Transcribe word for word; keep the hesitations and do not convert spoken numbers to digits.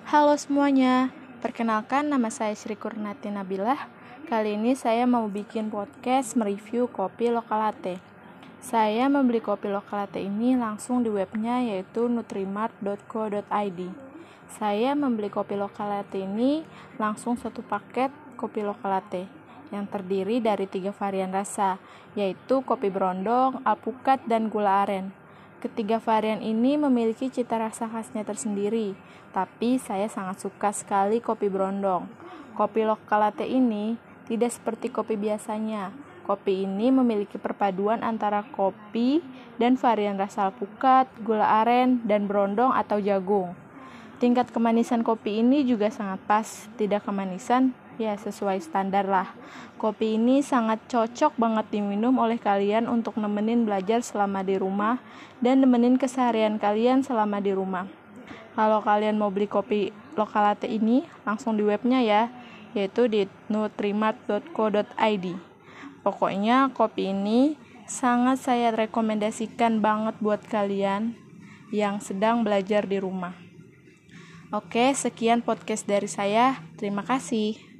Halo semuanya, perkenalkan nama saya Sri Kurnati Nabilah. Kali ini saya mau bikin podcast mereview kopi Local Latte. Saya membeli kopi Local Latte ini langsung di webnya yaitu nutrimart dot co dot i d. Saya membeli kopi Local Latte ini langsung satu paket kopi Local Latte yang terdiri dari tiga varian rasa, yaitu kopi berondong, alpukat, dan gula aren. Ketiga varian ini memiliki cita rasa khasnya tersendiri, tapi saya sangat suka sekali kopi berondong. Kopi Local Latte ini tidak seperti kopi biasanya. Kopi ini memiliki perpaduan antara kopi dan varian rasa alpukat, gula aren, dan berondong atau jagung. Tingkat kemanisan kopi ini juga sangat pas, tidak kemanisan, ya sesuai standar lah. Kopi ini sangat cocok banget diminum oleh kalian untuk nemenin belajar selama di rumah dan nemenin keseharian kalian selama di rumah. Kalau kalian mau beli kopi Local Latte ini, langsung di webnya ya, yaitu di nutrimart dot co dot i d. Pokoknya kopi ini sangat saya rekomendasikan banget buat kalian yang sedang belajar di rumah. Oke, sekian podcast dari saya. Terima kasih.